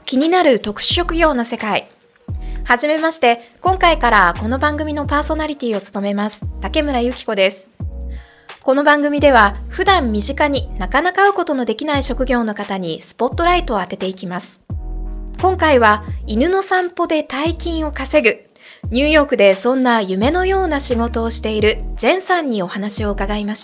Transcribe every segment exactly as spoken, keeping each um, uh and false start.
気になる特殊職業の世界。はじめまして、今回からこの番組のパーソナリティを務めます竹村ゆき子です。この番組では普段身近になかなか会うことのできない職業の方にスポットライトを当てていきます。今回は犬の散歩で大金を稼ぐ、ニューヨークでそんな夢のような仕事をしているジェンさんにお話を伺いました。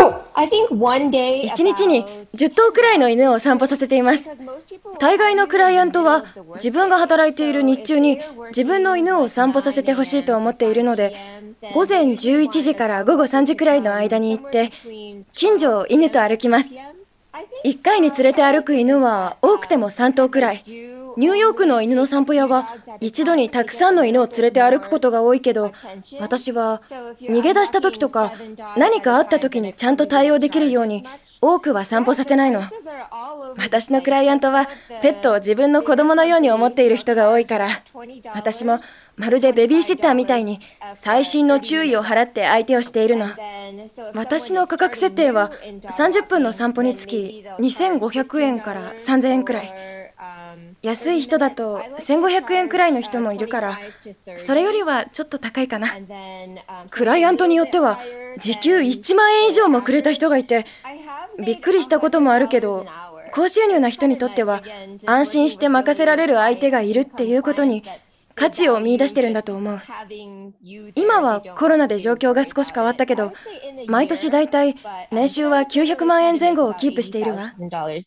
一日にじゅっとうくらいの犬を散歩させています。大概のクライアントは自分が働いている日中に自分の犬を散歩させてほしいと思っているので、午前じゅういちじから午後さんじくらいの間に行って近所を犬と歩きます。いっかいに連れて歩く犬は多くてもさんとうくらい。ニューヨークの犬の散歩屋は一度にたくさんの犬を連れて歩くことが多いけど、私は逃げ出した時とか何かあった時にちゃんと対応できるように多くは散歩させないの。私のクライアントはペットを自分の子供のように思っている人が多いから、私もまるでベビーシッターみたいに細心の注意を払って相手をしているの。私の価格設定はさんじゅっぷんの散歩につきにせんごひゃくえんからさんぜんえんくらい。安い人だとせんごひゃくえんくらいの人もいるから、それよりはちょっと高いかな。クライアントによっては時給いちまんえん以上もくれた人がいて、びっくりしたこともあるけど、高収入な人にとっては安心して任せられる相手がいるっていうことに価値を見出してるんだと思う。今はコロナで状況が少し変わったけど、毎年だいたい年収はきゅうひゃくまんえんぜん後をキープしているわ。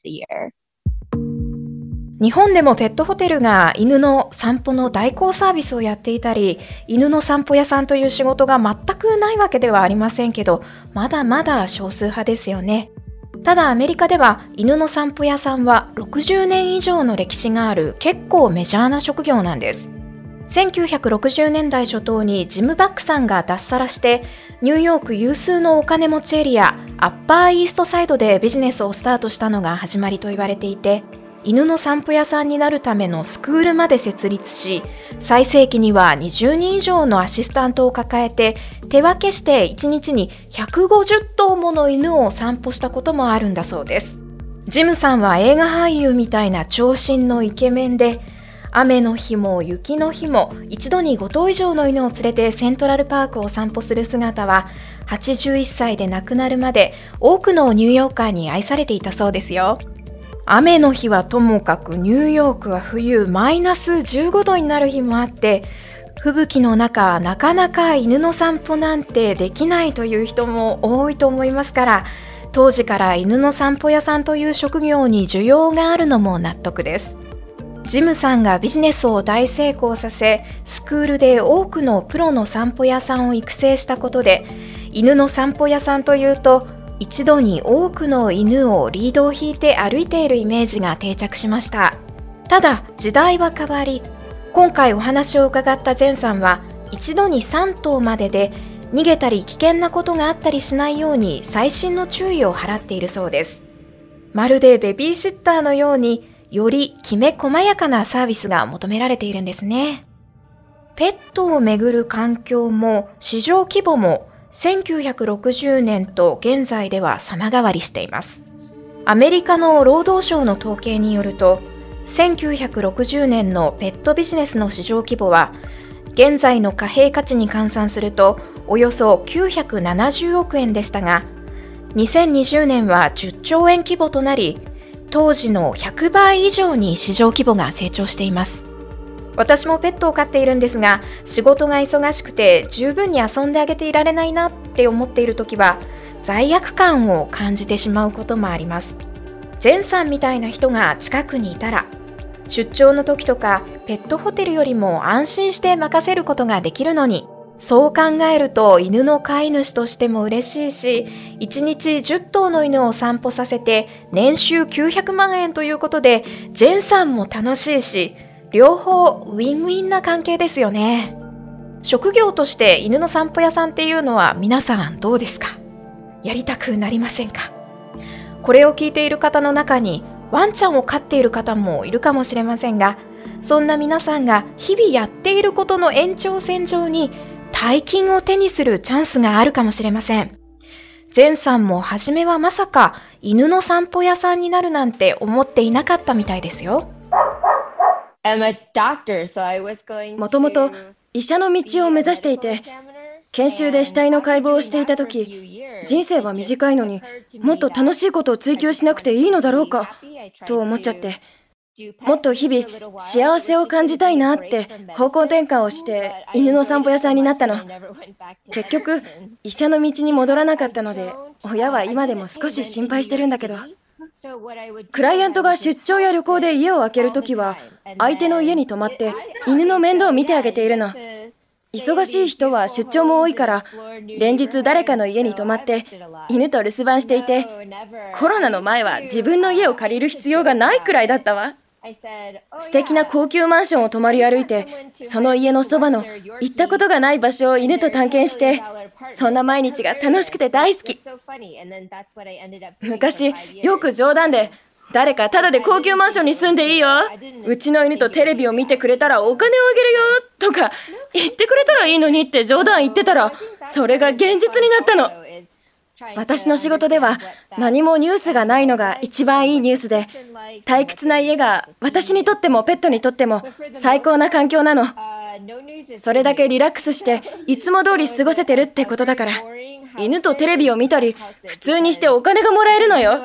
日本でもペットホテルが犬の散歩の代行サービスをやっていたり、犬の散歩屋さんという仕事が全くないわけではありませんけど、まだまだ少数派ですよね。ただアメリカでは犬の散歩屋さんはろくじゅうねん以上の歴史がある結構メジャーな職業なんです。せんきゅうひゃくろくじゅうねんだい初頭にジム・バックさんが脱サラしてニューヨーク有数のお金持ちエリアアッパーイーストサイドでビジネスをスタートしたのが始まりと言われていて、犬の散歩屋さんになるためのスクールまで設立し、最盛期にはにじゅうにん以上のアシスタントを抱えて手分けしていちにちにひゃくごじゅっとうもの犬を散歩したこともあるんだそうです。ジムさんは映画俳優みたいな長身のイケメンで、雨の日も雪の日も一度にごとう以上の犬を連れてセントラルパークを散歩する姿ははちじゅういっさいで亡くなるまで多くのニューヨーカーに愛されていたそうですよ。雨の日はともかくニューヨークは冬マイナスじゅうごどになる日もあって、吹雪の中なかなか犬の散歩なんてできないという人も多いと思いますから、当時から犬の散歩屋さんという職業に需要があるのも納得です。ジムさんがビジネスを大成功させ、スクールで多くのプロの散歩屋さんを育成したことで、犬の散歩屋さんというと一度に多くの犬をリードを引いて歩いているイメージが定着しました。ただ時代は変わり、今回お話を伺ったジェンさんは一度にさんとうまでで逃げたり危険なことがあったりしないように細心の注意を払っているそうです。まるでベビーシッターのようによりきめ細やかなサービスが求められているんですね。ペットをめぐる環境も市場規模もせんきゅうひゃくろくじゅうねんと現在では様変わりしています。アメリカの労働省の統計によると、せんきゅうひゃくろくじゅうねんのペットビジネスの市場規模は現在の貨幣価値に換算するとおよそきゅうひゃくななじゅうおくえんでしたが、にせんにじゅうねんはじゅっちょうえん規模となり、当時のひゃくばい以上に市場規模が成長しています。私もペットを飼っているんですが、仕事が忙しくて十分に遊んであげていられないなって思っているときは罪悪感を感じてしまうこともあります。ジェンさんみたいな人が近くにいたら、出張の時とかペットホテルよりも安心して任せることができるのに、そう考えると犬の飼い主としても嬉しいし、いちにちじゅっとうの犬を散歩させて年収きゅうひゃくまんえんということでジェンさんも楽しいし、両方ウィンウィンな関係ですよね。職業として犬の散歩屋さんっていうのは皆さんどうですか？やりたくなりませんか？これを聞いている方の中にワンちゃんを飼っている方もいるかもしれませんが、そんな皆さんが日々やっていることの延長線上に大金を手にするチャンスがあるかもしれません。ジェンさんも初めはまさか犬の散歩屋さんになるなんて思っていなかったみたいですよ。 もともと医者の道を目指していて、研修で死体の解剖をしていた時、人生は短いのにもっと楽しいことを追求しなくていいのだろうかと思っちゃって、もっと日々幸せを感じたいなって方向転換をして犬の散歩屋さんになったの。結局医者の道に戻らなかったので、親は今でも少し心配してるんだけど、クライアントが出張や旅行で家を空けるときは相手の家に泊まって犬の面倒を見てあげているの。忙しい人は出張も多いから、連日誰かの家に泊まって犬と留守番していて、コロナの前は自分の家を借りる必要がないくらいだったわ。素敵な高級マンションを泊まり歩いて、その家のそばの行ったことがない場所を犬と探検して、そんな毎日が楽しくて大好き。昔よく冗談で、誰かタダで高級マンションに住んでいいよ、うちの犬とテレビを見てくれたらお金をあげるよとか言ってくれたらいいのにって冗談言ってたら、それが現実になったの。私の仕事では何もニュースがないのが一番いいニュースで、退屈な家が私にとってもペットにとっても最高な環境なの。それだけリラックスしていつも通り過ごせてるってことだから、犬とテレビを見たり普通にしてお金がもらえるのよ。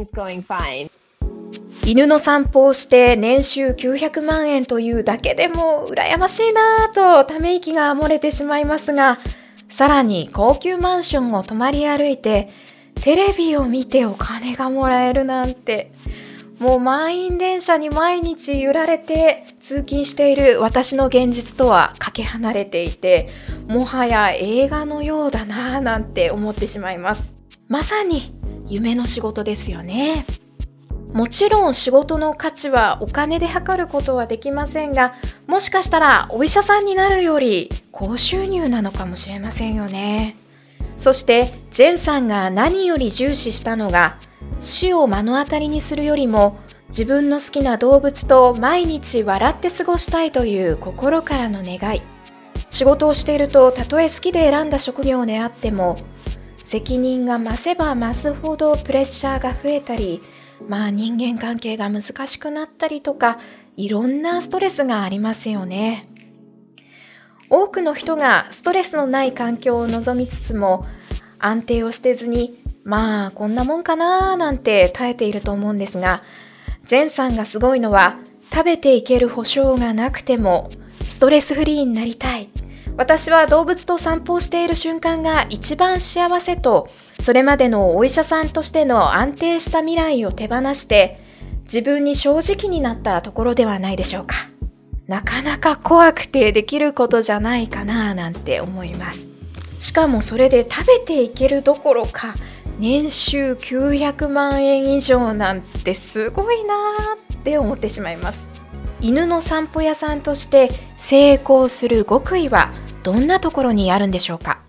犬の散歩をして年収きゅうひゃくまんえんというだけでも羨ましいなぁとため息が漏れてしまいますが、さらに高級マンションを泊まり歩いてテレビを見てお金がもらえるなんて、もう満員電車に毎日揺られて通勤している私の現実とはかけ離れていて、もはや映画のようだなぁなんて思ってしまいます。まさに夢の仕事ですよね。もちろん仕事の価値はお金で測ることはできませんが、もしかしたらお医者さんになるより高収入なのかもしれませんよね。そしてジェンさんが何より重視したのが、死を目の当たりにするよりも自分の好きな動物と毎日笑って過ごしたいという心からの願い。仕事をしていると、たとえ好きで選んだ職業であっても責任が増せば増すほどプレッシャーが増えたり、まあ人間関係が難しくなったりとか、いろんなストレスがありますよね。多くの人がストレスのない環境を望みつつも、安定を捨てずに、まあこんなもんかなーなんて耐えていると思うんですが、ジェンさんがすごいのは、食べていける保証がなくてもストレスフリーになりたい。私は動物と散歩をしている瞬間が一番幸せと、それまでのお医者さんとしての安定した未来を手放して自分に正直になったところではないでしょうか。なかなか怖くてできることじゃないかななんて思います。しかもそれで食べていけるどころか、年収きゅうひゃくまんえん以上なんてすごいなって思ってしまいます。犬の散歩屋さんとして成功する極意はどんなところにあるんでしょうか。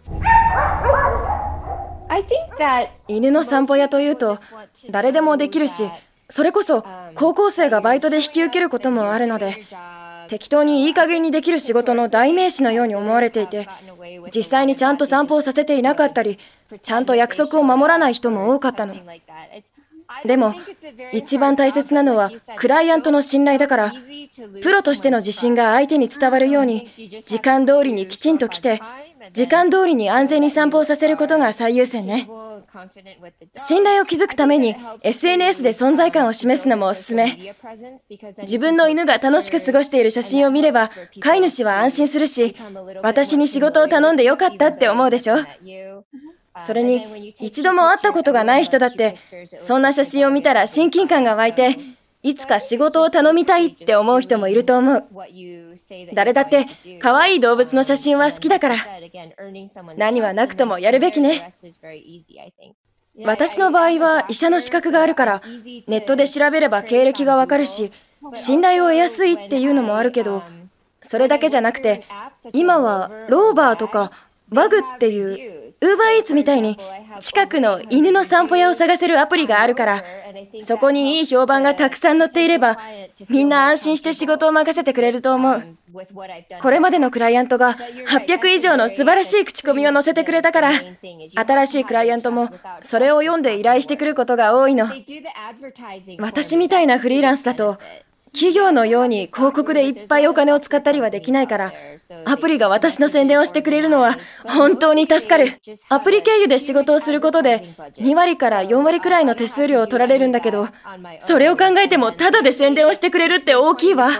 犬の散歩屋というと誰でもできるし、それこそ高校生がバイトで引き受けることもあるので、適当にいい加減にできる仕事の代名詞のように思われていて、実際にちゃんと散歩をさせていなかったり、ちゃんと約束を守らない人も多かったの。でも一番大切なのはクライアントの信頼だから、プロとしての自信が相手に伝わるように時間通りにきちんと来て、時間通りに安全に散歩をさせることが最優先ね。信頼を築くために エスエヌエス で存在感を示すのもおすすめ。自分の犬が楽しく過ごしている写真を見れば飼い主は安心するし、私に仕事を頼んでよかったって思うでしょ。それに一度も会ったことがない人だってそんな写真を見たら親近感が湧いて、いつか仕事を頼みたいって思う人もいると思う。誰だって可愛い動物の写真は好きだから、何はなくともやるべきね。私の場合は医者の資格があるから、ネットで調べれば経歴がわかるし、信頼を得やすいっていうのもあるけど、それだけじゃなくて、今はローバーとかバグっていうウーバーイーツみたいに近くの犬の散歩屋を探せるアプリがあるから、そこにいい評判がたくさん載っていればみんな安心して仕事を任せてくれると思う。これまでのクライアントがはっぴゃく以上の素晴らしい口コミを載せてくれたから、新しいクライアントもそれを読んで依頼してくることが多いの。私みたいなフリーランスだと企業のように広告でいっぱいお金を使ったりはできないから、アプリが私の宣伝をしてくれるのは本当に助かる。アプリ経由で仕事をすることでにわりからよんわりくらいの手数料を取られるんだけど、それを考えてもタダで宣伝をしてくれるって大きいわ。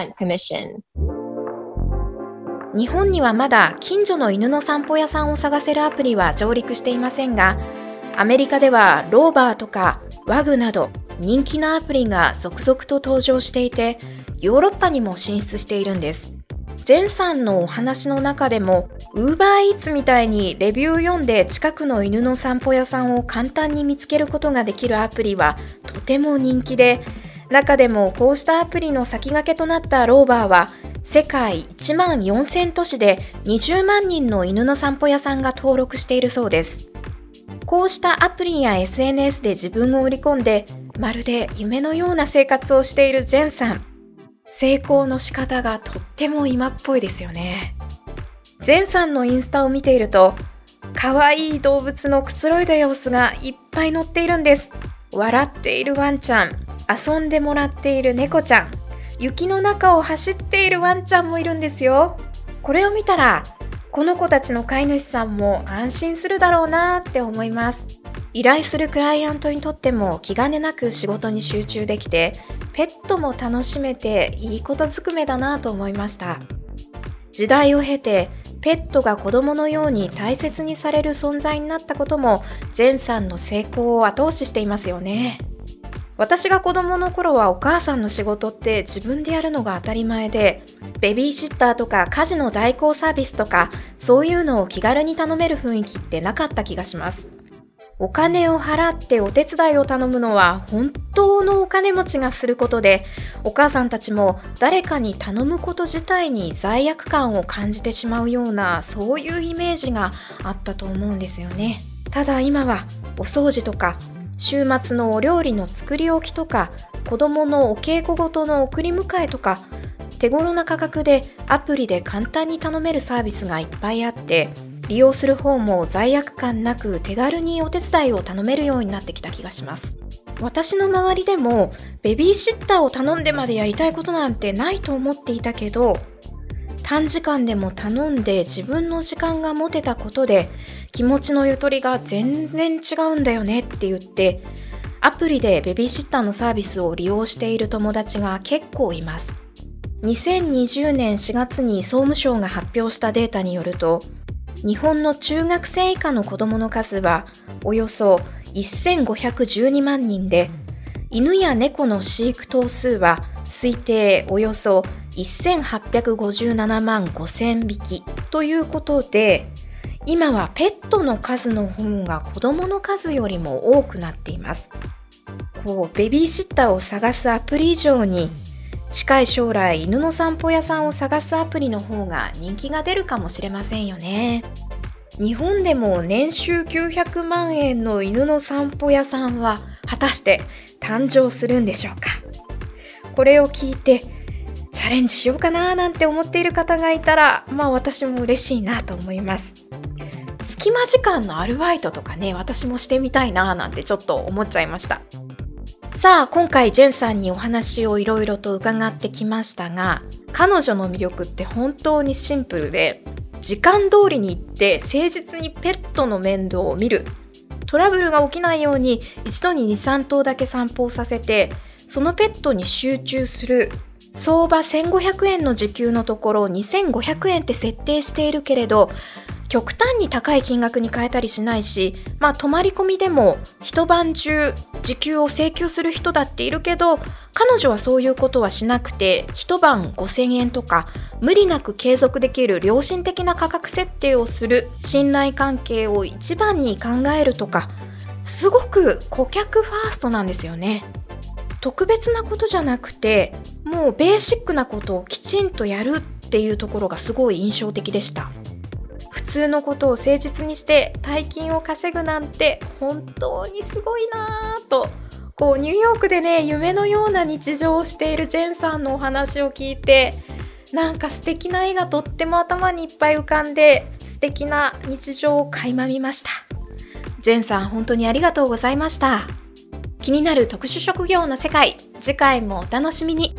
日本にはまだ近所の犬の散歩屋さんを探せるアプリは上陸していませんが、アメリカではローバーとかワグなど人気のアプリが続々と登場していて、ヨーロッパにも進出しているんです。ジェンさんのお話の中でも、ウーバーイーツみたいにレビュー読んで近くの犬の散歩屋さんを簡単に見つけることができるアプリはとても人気で、中でもこうしたアプリの先駆けとなったローバーは、世界いちまんよんせん都市でにじゅうまんにんの犬の散歩屋さんが登録しているそうです。こうしたアプリや エスエヌエス で自分を売り込んで、まるで夢のような生活をしているジェンさん。成功の仕方がとっても今っぽいですよね。ジェンさんのインスタを見ていると、可愛い動物のくつろいだ様子がいっぱい載っているんです。笑っているワンちゃん、遊んでもらっている猫ちゃん、雪の中を走っているワンちゃんもいるんですよ。これを見たら、この子たちの飼い主さんも安心するだろうなって思います。依頼するクライアントにとっても気兼ねなく仕事に集中できて、ペットも楽しめていいことずくめだなと思いました。時代を経て、ペットが子供のように大切にされる存在になったことも、ジェンさんの成功を後押ししていますよね。私が子供の頃はお母さんの仕事って自分でやるのが当たり前で、ベビーシッターとか家事の代行サービスとか、そういうのを気軽に頼める雰囲気ってなかった気がします。お金を払ってお手伝いを頼むのは本当のお金持ちがすることで、お母さんたちも誰かに頼むこと自体に罪悪感を感じてしまうような、そういうイメージがあったと思うんですよね。ただ今はお掃除とか週末のお料理の作り置きとか、子供のお稽古ごとの送り迎えとか、手頃な価格でアプリで簡単に頼めるサービスがいっぱいあって、利用する方も罪悪感なく手軽にお手伝いを頼めるようになってきた気がします。私の周りでもベビーシッターを頼んでまでやりたいことなんてないと思っていたけど、短時間でも頼んで自分の時間が持てたことで気持ちのゆとりが全然違うんだよねって言って、アプリでベビーシッターのサービスを利用している友達が結構います。にせんにじゅうねんしがつに総務省が発表したデータによると、日本の中学生以下の子どもの数はおよそせんごひゃくじゅうにまんにんで、犬や猫の飼育頭数は推定およそせんはっぴゃくごじゅうななまんごせんびきということで、今はペットの数の方が子どもの数よりも多くなっています。こうベビーシッターを探すアプリ以上に、近い将来犬の散歩屋さんを探すアプリの方が人気が出るかもしれませんよね。日本でも年収きゅうひゃくまんえんの犬の散歩屋さんは果たして誕生するんでしょうか。これを聞いてチャレンジしようかななんて思っている方がいたら、まあ私も嬉しいなと思います。隙間時間のアルバイトとかね、私もしてみたいななんてちょっと思っちゃいました。さあ、今回ジェンさんにお話をいろいろと伺ってきましたが、彼女の魅力って本当にシンプルで、時間通りに行って誠実にペットの面倒を見る、トラブルが起きないように一度に にさんとうだけ散歩をさせて、そのペットに集中する、相場せんごひゃくえんの時給のところにせんごひゃくえんって設定しているけれど、極端に高い金額に変えたりしないし、まあ泊まり込みでも一晩中時給を請求する人だっているけど、彼女はそういうことはしなくて、一晩ごせんえんとか無理なく継続できる良心的な価格設定をする、信頼関係を一番に考えるとか、すごく顧客ファーストなんですよね。特別なことじゃなくて、もうベーシックなことをきちんとやるっていうところがすごい印象的でした。普通のことを誠実にして大金を稼ぐなんて本当にすごいなぁと、こうニューヨークでね、夢のような日常をしているジェンさんのお話を聞いて、なんか素敵な絵がとっても頭にいっぱい浮かんで、素敵な日常を垣間見ました。ジェンさん、本当にありがとうございました。気になる特殊職業の世界、次回もお楽しみに。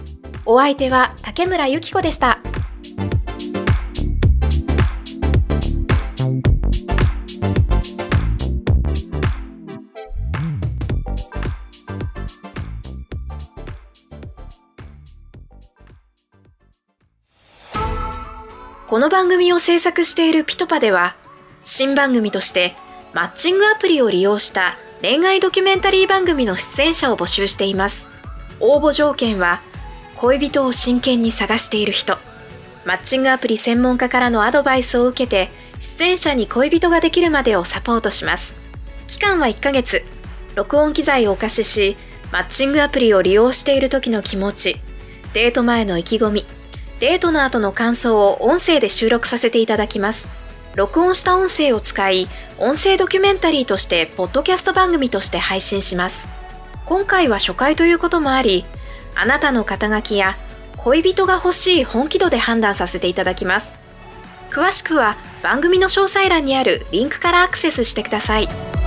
お相手は竹村由紀子でした。この番組を制作しているピトパでは、新番組としてマッチングアプリを利用した恋愛ドキュメンタリー番組の出演者を募集しています。応募条件は、恋人を真剣に探している人、マッチングアプリ専門家からのアドバイスを受けて、出演者に恋人ができるまでをサポートします。期間はいっかげつ、録音機材をお貸しし、マッチングアプリを利用している時の気持ち、デート前の意気込み、デートの後の感想を音声で収録させていただきます。録音した音声を使い、音声ドキュメンタリーとしてポッドキャスト番組として配信します。今回は初回ということもあり、あなたの肩書きや恋人が欲しい本気度で判断させていただきます。詳しくは番組の詳細欄にあるリンクからアクセスしてください。